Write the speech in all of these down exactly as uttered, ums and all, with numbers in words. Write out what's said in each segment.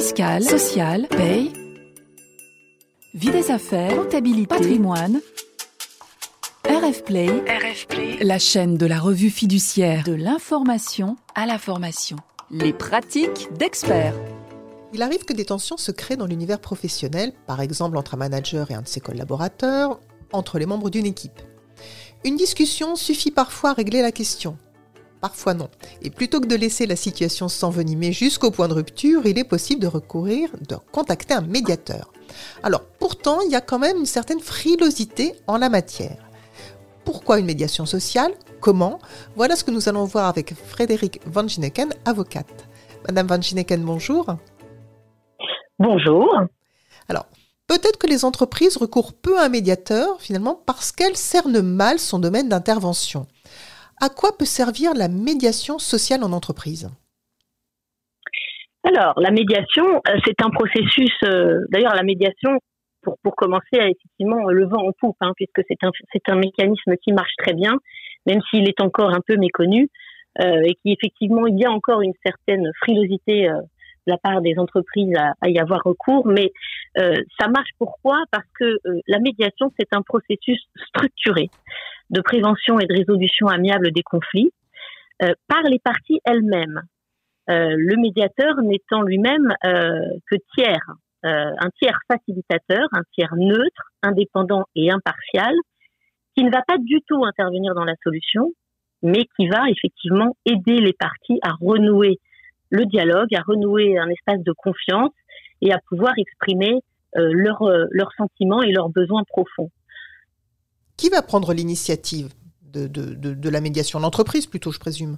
fiscale, sociale, paye, vie des affaires, comptabilité, patrimoine. R F Play, R F Play, la chaîne de la revue fiduciaire de l'information à la formation. Les pratiques d'experts. Il arrive que des tensions se créent dans l'univers professionnel, par exemple entre un manager et un de ses collaborateurs, entre les membres d'une équipe. Une discussion suffit parfois à régler la question. Parfois non. Et plutôt que de laisser la situation s'envenimer jusqu'au point de rupture, il est possible de recourir, de contacter un médiateur. Alors, pourtant, il y a quand même une certaine frilosité en la matière. Pourquoi une médiation sociale ? Comment ? Voilà ce que nous allons voir avec Frédérique Van Gineken, avocate. Madame Van Gineken, bonjour. Bonjour. Alors, peut-être que les entreprises recourent peu à un médiateur, finalement, parce qu'elles cernent mal son domaine d'intervention. À quoi peut servir la médiation sociale en entreprise ? Alors, la médiation, c'est un processus, euh, d'ailleurs la médiation, pour, pour commencer, a effectivement le vent en poupe, hein, puisque c'est un, c'est un mécanisme qui marche très bien, même s'il est encore un peu méconnu, euh, et qui effectivement, il y a encore une certaine frilosité euh, de la part des entreprises à, à y avoir recours, mais euh, ça marche pourquoi ? Parce que euh, la médiation, c'est un processus structuré de prévention et de résolution amiable des conflits euh, par les parties elles-mêmes. Euh, le médiateur n'étant lui-même euh, que tiers, euh, un tiers facilitateur, un tiers neutre, indépendant et impartial, qui ne va pas du tout intervenir dans la solution, mais qui va effectivement aider les parties à renouer le dialogue, à renouer un espace de confiance et à pouvoir exprimer euh, leurs euh, leurs sentiments et leurs besoins profonds. Qui va prendre l'initiative de, de, de, de la médiation ? L'entreprise plutôt, je présume.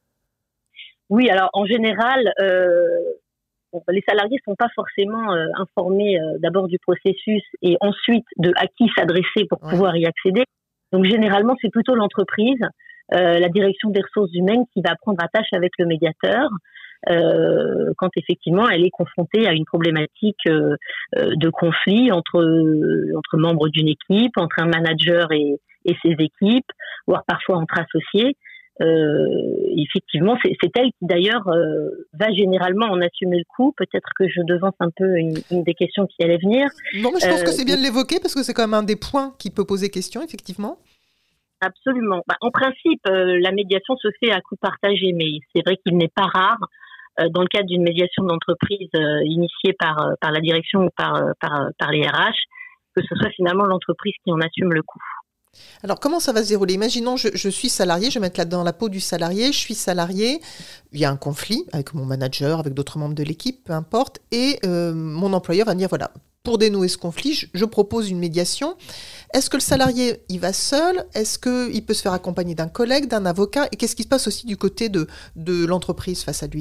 Oui, alors en général, euh, bon, les salariés ne sont pas forcément euh, informés euh, d'abord du processus et ensuite de à qui s'adresser pour ouais. pouvoir y accéder. Donc généralement, c'est plutôt l'entreprise, euh, la direction des ressources humaines qui va prendre attache avec le médiateur euh, quand effectivement elle est confrontée à une problématique euh, de conflit entre euh, entre membres d'une équipe, entre un manager et, et ses équipes, voire parfois entre associés. Euh, effectivement, c'est, c'est elle qui d'ailleurs euh, va généralement en assumer le coup. Peut-être que je devance un peu une, une des questions qui allait venir. Non, mais je pense euh, que c'est bien de l'évoquer parce que c'est quand même un des points qui peut poser question, effectivement. Absolument. Bah, en principe, euh, la médiation se fait à coup partagé, mais c'est vrai qu'il n'est pas rare, euh, dans le cadre d'une médiation d'entreprise euh, initiée par euh, par la direction ou par euh, par par les R H, que ce soit finalement l'entreprise qui en assume le coup. Alors, comment ça va se dérouler ? Imaginons, je, je suis salarié, je vais mettre là dans la peau du salarié, je suis salarié, il y a un conflit avec mon manager, avec d'autres membres de l'équipe, peu importe, et euh, mon employeur va me dire, voilà, pour dénouer ce conflit, je, je propose une médiation. Est-ce que le salarié y va seul ? Est-ce qu'il peut se faire accompagner d'un collègue, d'un avocat ? Et qu'est-ce qui se passe aussi du côté de, de l'entreprise face à lui ?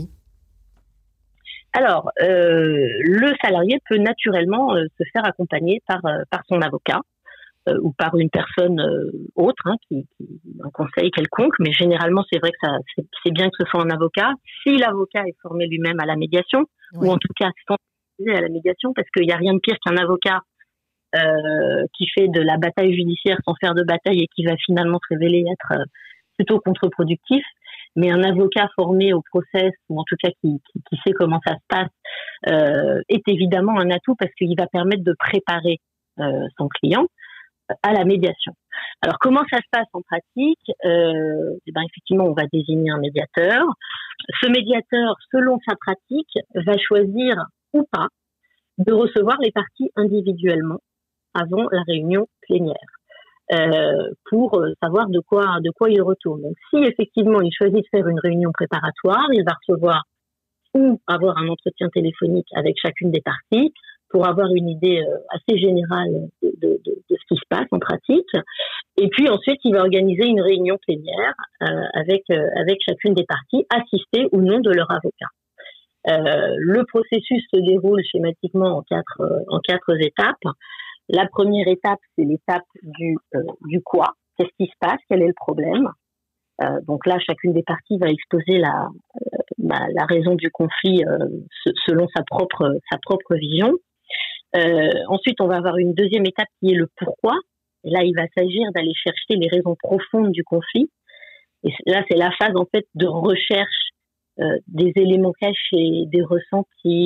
Alors, euh, le salarié peut naturellement euh, se faire accompagner par, euh, par son avocat. Euh, ou par une personne euh, autre, hein, qui, qui un conseil quelconque, mais généralement c'est vrai que ça, c'est, c'est bien que ce soit un avocat. Si l'avocat est formé lui-même à la médiation, oui. ou en tout cas sensibilisé à la médiation, parce qu'il n'y a rien de pire qu'un avocat euh, qui fait de la bataille judiciaire sans faire de bataille et qui va finalement se révéler être euh, plutôt contre-productif. Mais un avocat formé au process, ou en tout cas qui, qui, qui sait comment ça se passe, euh, est évidemment un atout parce qu'il va permettre de préparer euh, son client à la médiation. Alors, comment ça se passe en pratique ? euh, eh ben, effectivement, on va désigner un médiateur. Ce médiateur, selon sa pratique, va choisir ou pas de recevoir les parties individuellement avant la réunion plénière euh, pour savoir de quoi, de quoi il retourne. Donc, si effectivement il choisit de faire une réunion préparatoire, il va recevoir ou avoir un entretien téléphonique avec chacune des parties pour avoir une idée assez générale de, de, de, de ce qui se passe en pratique. Et puis ensuite, il va organiser une réunion plénière euh, avec, euh, avec chacune des parties, assistée ou non de leur avocat. Euh, le processus se déroule schématiquement en quatre, euh, en quatre étapes. La première étape, c'est l'étape du, euh, du quoi, qu'est-ce qui se passe, quel est le problème. Euh, donc là, chacune des parties va exposer la, euh, la, la raison du conflit euh, selon sa propre, sa propre vision. Euh, ensuite, on va avoir une deuxième étape qui est le pourquoi. Et là, il va s'agir d'aller chercher les raisons profondes du conflit. Et là, c'est la phase en fait de recherche euh, des éléments cachés, des ressentis,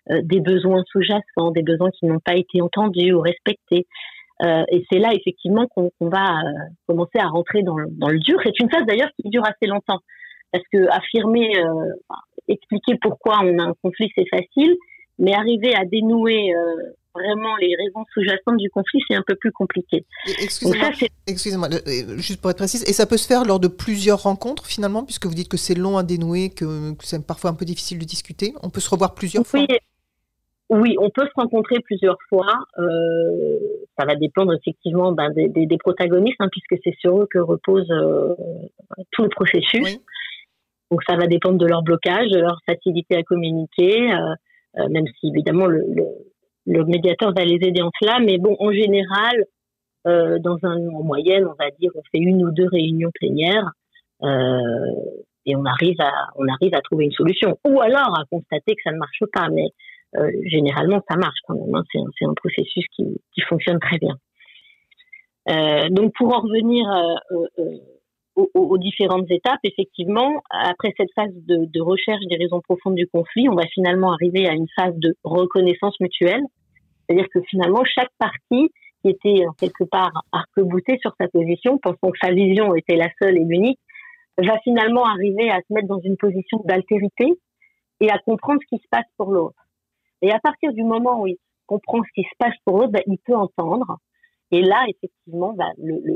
euh, des besoins sous-jacents, des besoins qui n'ont pas été entendus ou respectés. Euh, et c'est là effectivement qu'on, qu'on va euh, commencer à rentrer dans le, dans le dur. C'est une phase d'ailleurs qui dure assez longtemps, parce que affirmer, euh, expliquer pourquoi on a un conflit, c'est facile, mais arriver à dénouer euh, vraiment les raisons sous-jacentes du conflit, c'est un peu plus compliqué. Et excusez-moi, ça, excusez-moi, juste pour être précise, et ça peut se faire lors de plusieurs rencontres finalement, puisque vous dites que c'est long à dénouer, que, que c'est parfois un peu difficile de discuter. On peut se revoir plusieurs oui. fois. Oui, on peut se rencontrer plusieurs fois. Euh, ça va dépendre effectivement ben, des, des, des protagonistes, hein, puisque c'est sur eux que repose euh, tout le processus. Oui. Donc ça va dépendre de leur blocage, de leur facilité à communiquer, euh, euh, même si évidemment le, le, le médiateur va les aider en cela. Mais bon, en général, euh, dans un, en moyenne, on va dire, on fait une ou deux réunions plénières euh, et on arrive à, on arrive à trouver une solution. Ou alors à constater que ça ne marche pas, mais Euh, généralement, ça marche quand même. Hein. C'est, un, c'est un processus qui, qui fonctionne très bien. Euh, donc, pour en revenir euh, euh, aux, aux différentes étapes, effectivement, après cette phase de, de recherche des raisons profondes du conflit, on va finalement arriver à une phase de reconnaissance mutuelle. C'est-à-dire que finalement, chaque partie qui était quelque part arc-boutée sur sa position, pensant que sa vision était la seule et l'unique, va finalement arriver à se mettre dans une position d'altérité et à comprendre ce qui se passe pour l'autre. Et à partir du moment où il comprend ce qui se passe pour l'autre, bah, il peut entendre. Et là, effectivement, bah, le, le,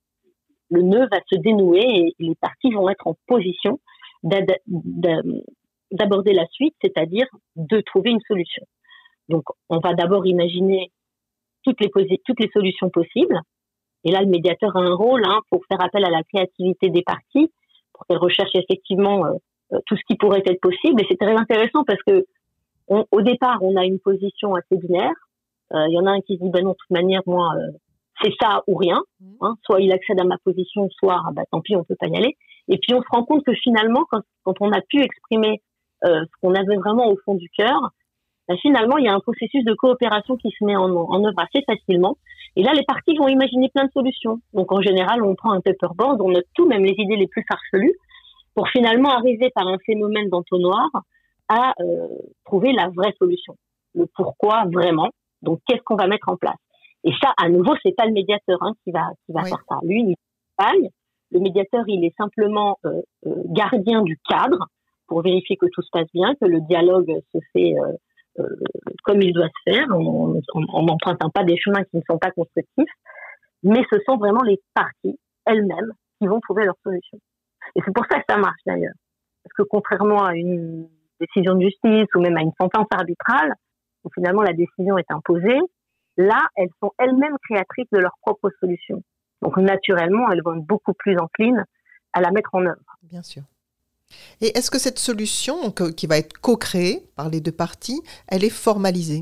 le nœud va se dénouer et les parties vont être en position d'ad- d'aborder la suite, c'est-à-dire de trouver une solution. Donc, on va d'abord imaginer toutes les, posi- toutes les solutions possibles. Et là, le médiateur a un rôle hein, pour faire appel à la créativité des parties, pour qu'elles recherchent effectivement euh, tout ce qui pourrait être possible. Et c'est très intéressant parce que On, au départ, on a une position assez binaire. Il euh, y en a un qui se dit, ben non, de toute manière, moi, euh, c'est ça ou rien. Hein. Soit il accède à ma position, soit, bah, tant pis, on peut pas y aller. Et puis, on se rend compte que finalement, quand, quand on a pu exprimer euh, ce qu'on avait vraiment au fond du cœur, bah, finalement, il y a un processus de coopération qui se met en, en œuvre assez facilement. Et là, les parties vont imaginer plein de solutions. Donc, en général, on prend un paperboard, on note tout, même les idées les plus farfelues, pour finalement arriver par un phénomène d'entonnoir à euh, trouver la vraie solution, le pourquoi vraiment. Donc, qu'est-ce qu'on va mettre en place? Et ça, à nouveau, c'est pas le médiateur hein, qui va qui va oui. faire ça. Lui, il accompagne. Le médiateur, il est simplement euh, euh, gardien du cadre pour vérifier que tout se passe bien, que le dialogue se fait euh, euh, comme il doit se faire, en n'empruntant pas des chemins qui ne sont pas constructifs. Mais ce sont vraiment les parties elles-mêmes qui vont trouver leur solution. Et c'est pour ça que ça marche d'ailleurs, parce que contrairement à une décision de justice ou même à une sentence arbitrale, où finalement la décision est imposée, là, elles sont elles-mêmes créatrices de leur propre solution. Donc naturellement, elles vont être beaucoup plus enclines à la mettre en œuvre. Bien sûr. Et est-ce que cette solution, donc, qui va être co-créée par les deux parties, elle est formalisée?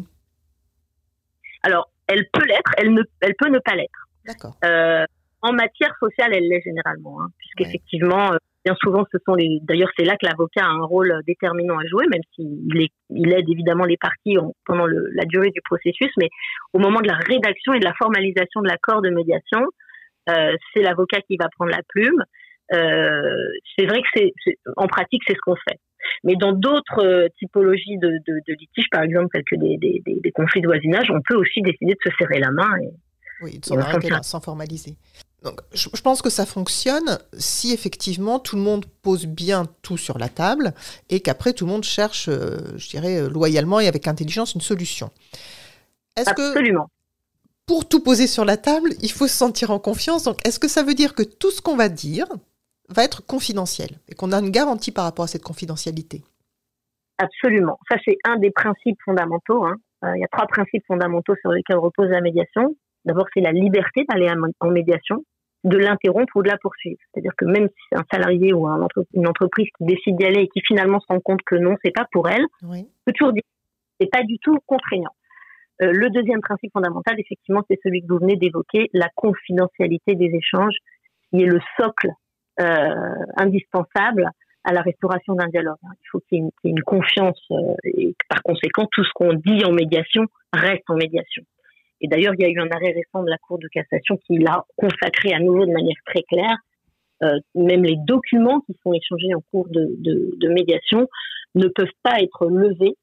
Alors, elle peut l'être, elle, ne, elle peut ne pas l'être. D'accord. Euh, en matière sociale, elle l'est généralement, hein, puisqu'effectivement... Ouais. Bien souvent, ce sont les. D'ailleurs, c'est là que l'avocat a un rôle déterminant à jouer, même s'il est, il aide évidemment les parties en, pendant le, la durée du processus. Mais au moment de la rédaction et de la formalisation de l'accord de médiation, euh, c'est l'avocat qui va prendre la plume. Euh, c'est vrai que c'est, c'est, en pratique, c'est ce qu'on fait. Mais dans d'autres euh, typologies de, de, de litiges, par exemple, tels que des, des, des, des conflits de voisinage, on peut aussi décider de se serrer la main. Et, oui, de s'en arrêter là, sans formaliser. Donc, je, je pense que ça fonctionne si effectivement tout le monde pose bien tout sur la table et qu'après tout le monde cherche, euh, je dirais, loyalement et avec intelligence une solution. Est-ce Absolument. Que pour tout poser sur la table, il faut se sentir en confiance? Donc, est-ce que ça veut dire que tout ce qu'on va dire va être confidentiel et qu'on a une garantie par rapport à cette confidentialité? Absolument. Ça, c'est un des principes fondamentaux. Hein. Euh, il y a trois principes fondamentaux sur lesquels repose la médiation. D'abord, c'est la liberté d'aller en médiation, de l'interrompre ou de la poursuivre. C'est-à-dire que même si c'est un salarié ou un entre- une entreprise qui décide d'y aller et qui finalement se rend compte que non, c'est pas pour elle, oui. on peut toujours dire que c'est pas du tout contraignant. Euh, le deuxième principe fondamental, effectivement, c'est celui que vous venez d'évoquer, la confidentialité des échanges, qui est le socle euh, indispensable à la restauration d'un dialogue. Il faut qu'il y ait une, qu'il y ait une confiance euh, et par conséquent, tout ce qu'on dit en médiation reste en médiation. Et d'ailleurs, il y a eu un arrêt récent de la Cour de cassation qui l'a consacré à nouveau de manière très claire. Euh, même les documents qui sont échangés en cours de, de, de médiation ne peuvent pas être levés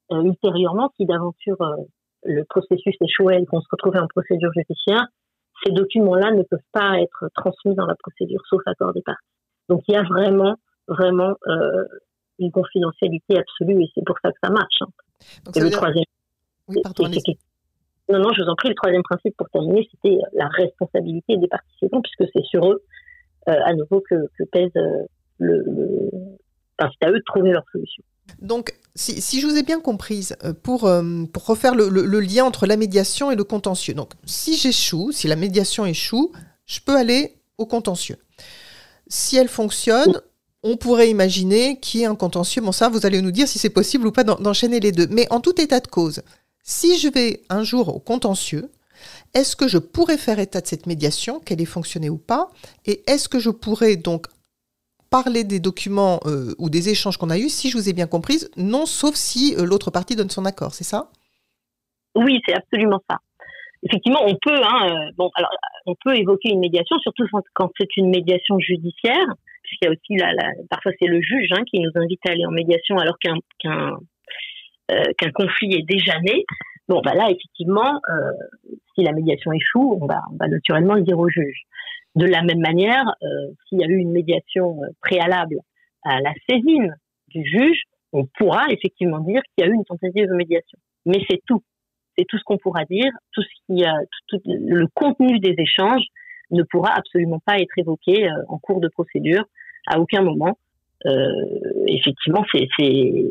euh, ultérieurement, si d'aventure euh, le processus échouait et qu'on se retrouvait en procédure judiciaire, ces documents-là ne peuvent pas être transmis dans la procédure, sauf accord des parties. Donc il y a vraiment, vraiment euh, une confidentialité absolue et c'est pour ça que ça marche. Hein. Donc, et ça le dire... troisième... Oui, pardon, c'est, c'est, c'est, non, non, je vous en prie, le troisième principe pour terminer, c'était la responsabilité des participants, puisque c'est sur eux, euh, à nouveau, que, que pèse euh, le, le... Enfin, c'est à eux de trouver leur solution. Donc, si, si je vous ai bien comprise, pour, euh, pour refaire le, le, le lien entre la médiation et le contentieux. Donc, si j'échoue, si la médiation échoue, je peux aller au contentieux. Si elle fonctionne, on pourrait imaginer qu'il y ait un contentieux. Bon, ça, vous allez nous dire si c'est possible ou pas d'enchaîner les deux. Mais en tout état de cause, si je vais un jour au contentieux, est-ce que je pourrais faire état de cette médiation, qu'elle ait fonctionné ou pas? Et est-ce que je pourrais donc parler des documents euh, ou des échanges qu'on a eus, si je vous ai bien comprise, non, sauf si euh, l'autre partie donne son accord, c'est ça? Oui, c'est absolument ça. Effectivement, on peut, hein, euh, bon, alors, on peut évoquer une médiation, surtout quand c'est une médiation judiciaire, puisqu'il y a aussi, la, la, parfois c'est le juge hein, qui nous invite à aller en médiation alors qu'un, qu'un, euh, qu'un conflit est déjà né. Bon, bah là, effectivement, euh, si la médiation échoue, on va, on va naturellement le dire au juge. De la même manière, euh, s'il y a eu une médiation préalable à la saisine du juge, on pourra effectivement dire qu'il y a eu une tentative de médiation. Mais c'est tout. C'est tout ce qu'on pourra dire. Tout ce qui a, tout, tout, le contenu des échanges ne pourra absolument pas être évoqué euh, en cours de procédure à aucun moment. Euh, effectivement, c'est, c'est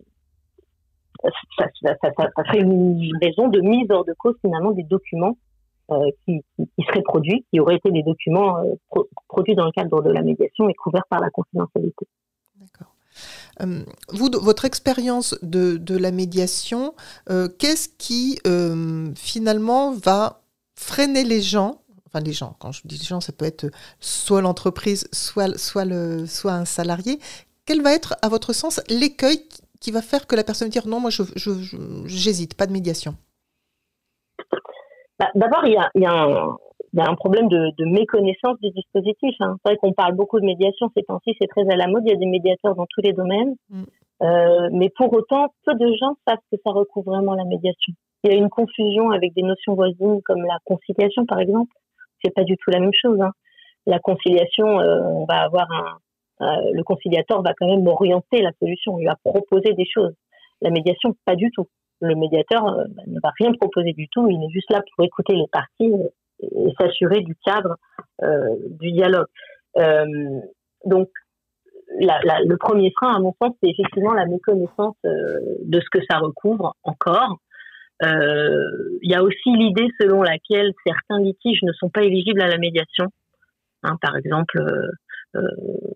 ça, ça, ça, ça, ça fait une raison de mise hors de cause finalement des documents euh, qui, qui, qui seraient produits, qui auraient été des documents euh, pro, produits dans le cadre de la médiation et couverts par la confidentialité. D'accord. Euh, vous, votre expérience de, de la médiation, euh, qu'est-ce qui euh, finalement va freiner les gens? Enfin, les gens, quand je dis les gens, ça peut être soit l'entreprise, soit, soit, le, soit un salarié. Quel va être, à votre sens, l'écueil qui va faire que la personne va dire non, moi, je, je, je, j'hésite, pas de médiation? Bah, d'abord, il y a, il y a un... Il y a un problème de, de méconnaissance du dispositif. Hein. C'est vrai qu'on parle beaucoup de médiation ces temps-ci, c'est très à la mode, il y a des médiateurs dans tous les domaines. Mm. Euh, mais pour autant, peu de gens savent que ça recouvre vraiment la médiation. Il y a une confusion avec des notions voisines comme la conciliation, par exemple. C'est pas du tout la même chose. Hein. La conciliation, euh, on va avoir un, euh, le conciliateur va quand même orienter la solution, il va proposer des choses. La médiation, pas du tout. Le médiateur euh, ne va rien proposer du tout, il est juste là pour écouter les parties euh, et s'assurer du cadre euh, du dialogue. Euh, donc, la, la, le premier frein, à mon sens, c'est effectivement la méconnaissance euh, de ce que ça recouvre encore. Euh, il y a aussi l'idée selon laquelle certains litiges ne sont pas éligibles à la médiation. Hein, par exemple, euh, euh,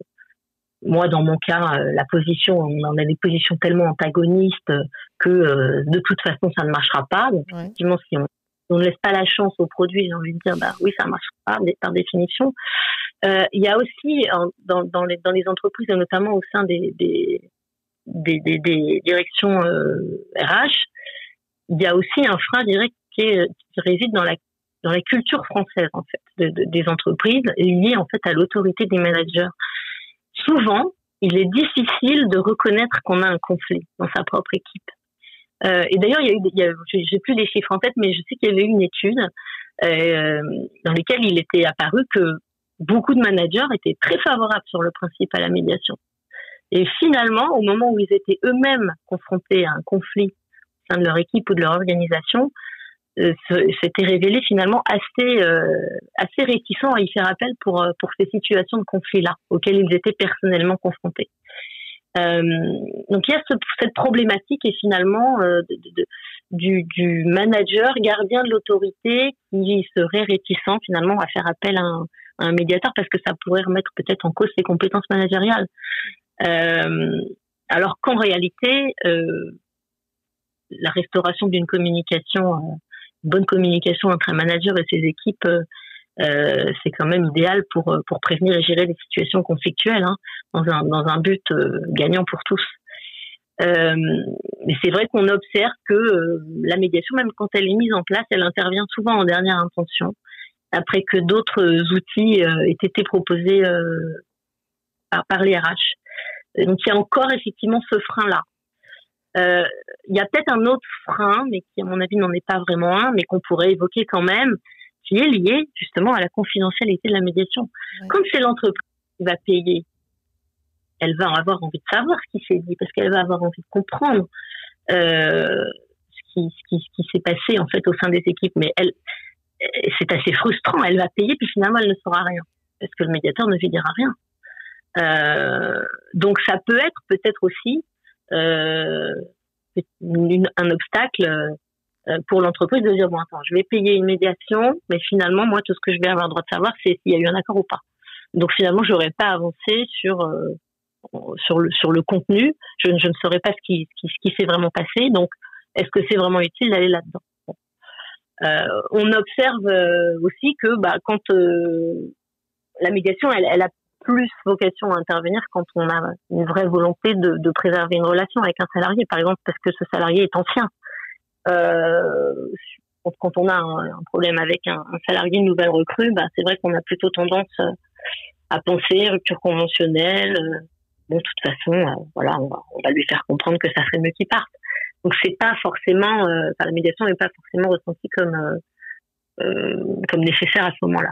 moi, dans mon cas, euh, la position, on en a des positions tellement antagonistes que euh, de toute façon, ça ne marchera pas. Donc, ouais. Effectivement, si on on ne laisse pas la chance au produit, j'ai envie de dire, bah oui, ça marche pas par définition. Euh, il y a aussi en, dans, dans, les, dans les entreprises, et notamment au sein des, des, des, des, des directions euh, R H, il y a aussi un frein direct qui, est, qui réside dans la, dans la culture française en fait de, de, des entreprises, liée en fait à l'autorité des managers. Souvent, il est difficile de reconnaître qu'on a un conflit dans sa propre équipe. Euh, et d'ailleurs, il y a eu, il y a, j'ai plus les chiffres en tête, mais je sais qu'il y avait eu une étude euh, dans laquelle il était apparu que beaucoup de managers étaient très favorables sur le principe à la médiation. Et finalement, au moment où ils étaient eux-mêmes confrontés à un conflit au sein de leur équipe ou de leur organisation, euh, s'était révélé finalement assez euh, assez réticents à y faire appel pour pour ces situations de conflit-là auxquelles ils étaient personnellement confrontés. Euh, donc il y a ce, cette problématique et finalement euh, de, de, de, du, du manager gardien de l'autorité qui serait réticent finalement à faire appel à un, à un médiateur parce que ça pourrait remettre peut-être en cause ses compétences managériales. Euh, alors qu'en réalité, euh, la restauration d'une communication, euh, bonne communication entre un manager et ses équipes, euh, Euh, c'est quand même idéal pour pour prévenir et gérer des situations conflictuelles hein, dans un dans un but euh, gagnant pour tous. Euh, mais c'est vrai qu'on observe que euh, la médiation, même quand elle est mise en place, elle intervient souvent en dernière intention, après que d'autres outils euh, aient été proposés euh, par, par les R H. Donc il y a encore effectivement ce frein-là. Euh, il y a peut-être un autre frein, mais qui, à mon avis, n'en est pas vraiment un, mais qu'on pourrait évoquer quand même, qui est lié justement à la confidentialité de la médiation. Ouais. Quand c'est l'entreprise qui va payer, elle va avoir envie de savoir ce qui s'est dit, parce qu'elle va avoir envie de comprendre euh, ce qui, ce qui, ce qui s'est passé en fait au sein des équipes. Mais elle, c'est assez frustrant. Elle va payer, puis finalement, elle ne saura rien, parce que le médiateur ne lui dira rien. Euh, donc, ça peut être peut-être aussi euh, une, un obstacle euh, pour l'entreprise de dire bon, attends, je vais payer une médiation, mais finalement, moi, tout ce que je vais avoir le droit de savoir, c'est s'il y a eu un accord ou pas. Donc, finalement, je n'aurais pas avancé sur euh, sur le sur le contenu. Je, je ne saurais pas ce qui ce qui, ce qui s'est vraiment passé. Donc, est-ce que c'est vraiment utile d'aller là-dedans? Euh, on observe euh, aussi que bah, quand euh, la médiation, elle, elle a plus vocation à intervenir quand on a une vraie volonté de, de préserver une relation avec un salarié, par exemple parce que ce salarié est ancien. Euh, quand on a un, un problème avec un, un salarié, une nouvelle recrue, bah, c'est vrai qu'on a plutôt tendance à penser rupture conventionnelle. Bon, de toute façon, euh, voilà, on va, on va lui faire comprendre que ça serait mieux qu'il parte. Donc c'est pas forcément, euh, enfin, la médiation n'est pas forcément ressentie comme euh, euh, comme nécessaire à ce moment-là.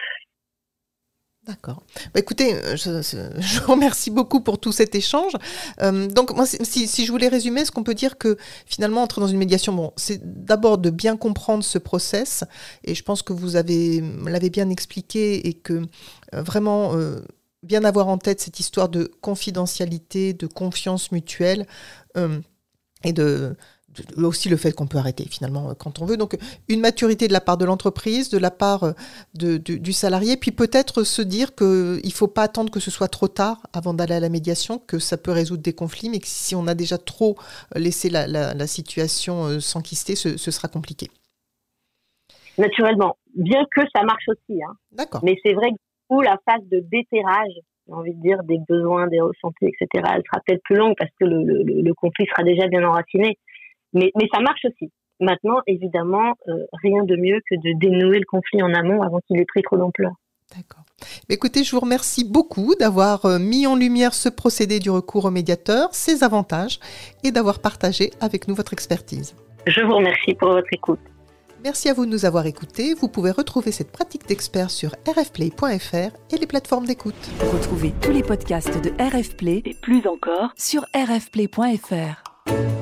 D'accord. Bah, écoutez, je, je vous remercie beaucoup pour tout cet échange. Euh, donc, moi, si, si je voulais résumer, est-ce qu'on peut dire que finalement, entrer dans une médiation, bon, c'est d'abord de bien comprendre ce process, et je pense que vous avez l'avez bien expliqué, et que euh, vraiment euh, bien avoir en tête cette histoire de confidentialité, de confiance mutuelle, euh, et de aussi le fait qu'on peut arrêter finalement quand on veut. Donc une maturité de la part de l'entreprise, de la part de, de, du salarié, puis peut-être se dire qu'il ne faut pas attendre que ce soit trop tard avant d'aller à la médiation, que ça peut résoudre des conflits, mais que si on a déjà trop laissé la, la, la situation s'enquister, ce, ce sera compliqué. Naturellement, bien que ça marche aussi. Hein. D'accord. Mais c'est vrai que du coup, la phase de déterrage, j'ai envie de dire, des besoins, des ressentis, et cetera, elle sera peut-être plus longue parce que le, le, le conflit sera déjà bien enraciné. Mais, mais ça marche aussi. Maintenant, évidemment, euh, rien de mieux que de dénouer le conflit en amont avant qu'il ait pris trop d'ampleur. D'accord. Écoutez, je vous remercie beaucoup d'avoir mis en lumière ce procédé du recours au médiateur, ses avantages, et d'avoir partagé avec nous votre expertise. Je vous remercie pour votre écoute. Merci à vous de nous avoir écoutés. Vous pouvez retrouver cette pratique d'expert sur r f play point f r et les plateformes d'écoute. Retrouvez tous les podcasts de R F Play et plus encore sur r f play point f r.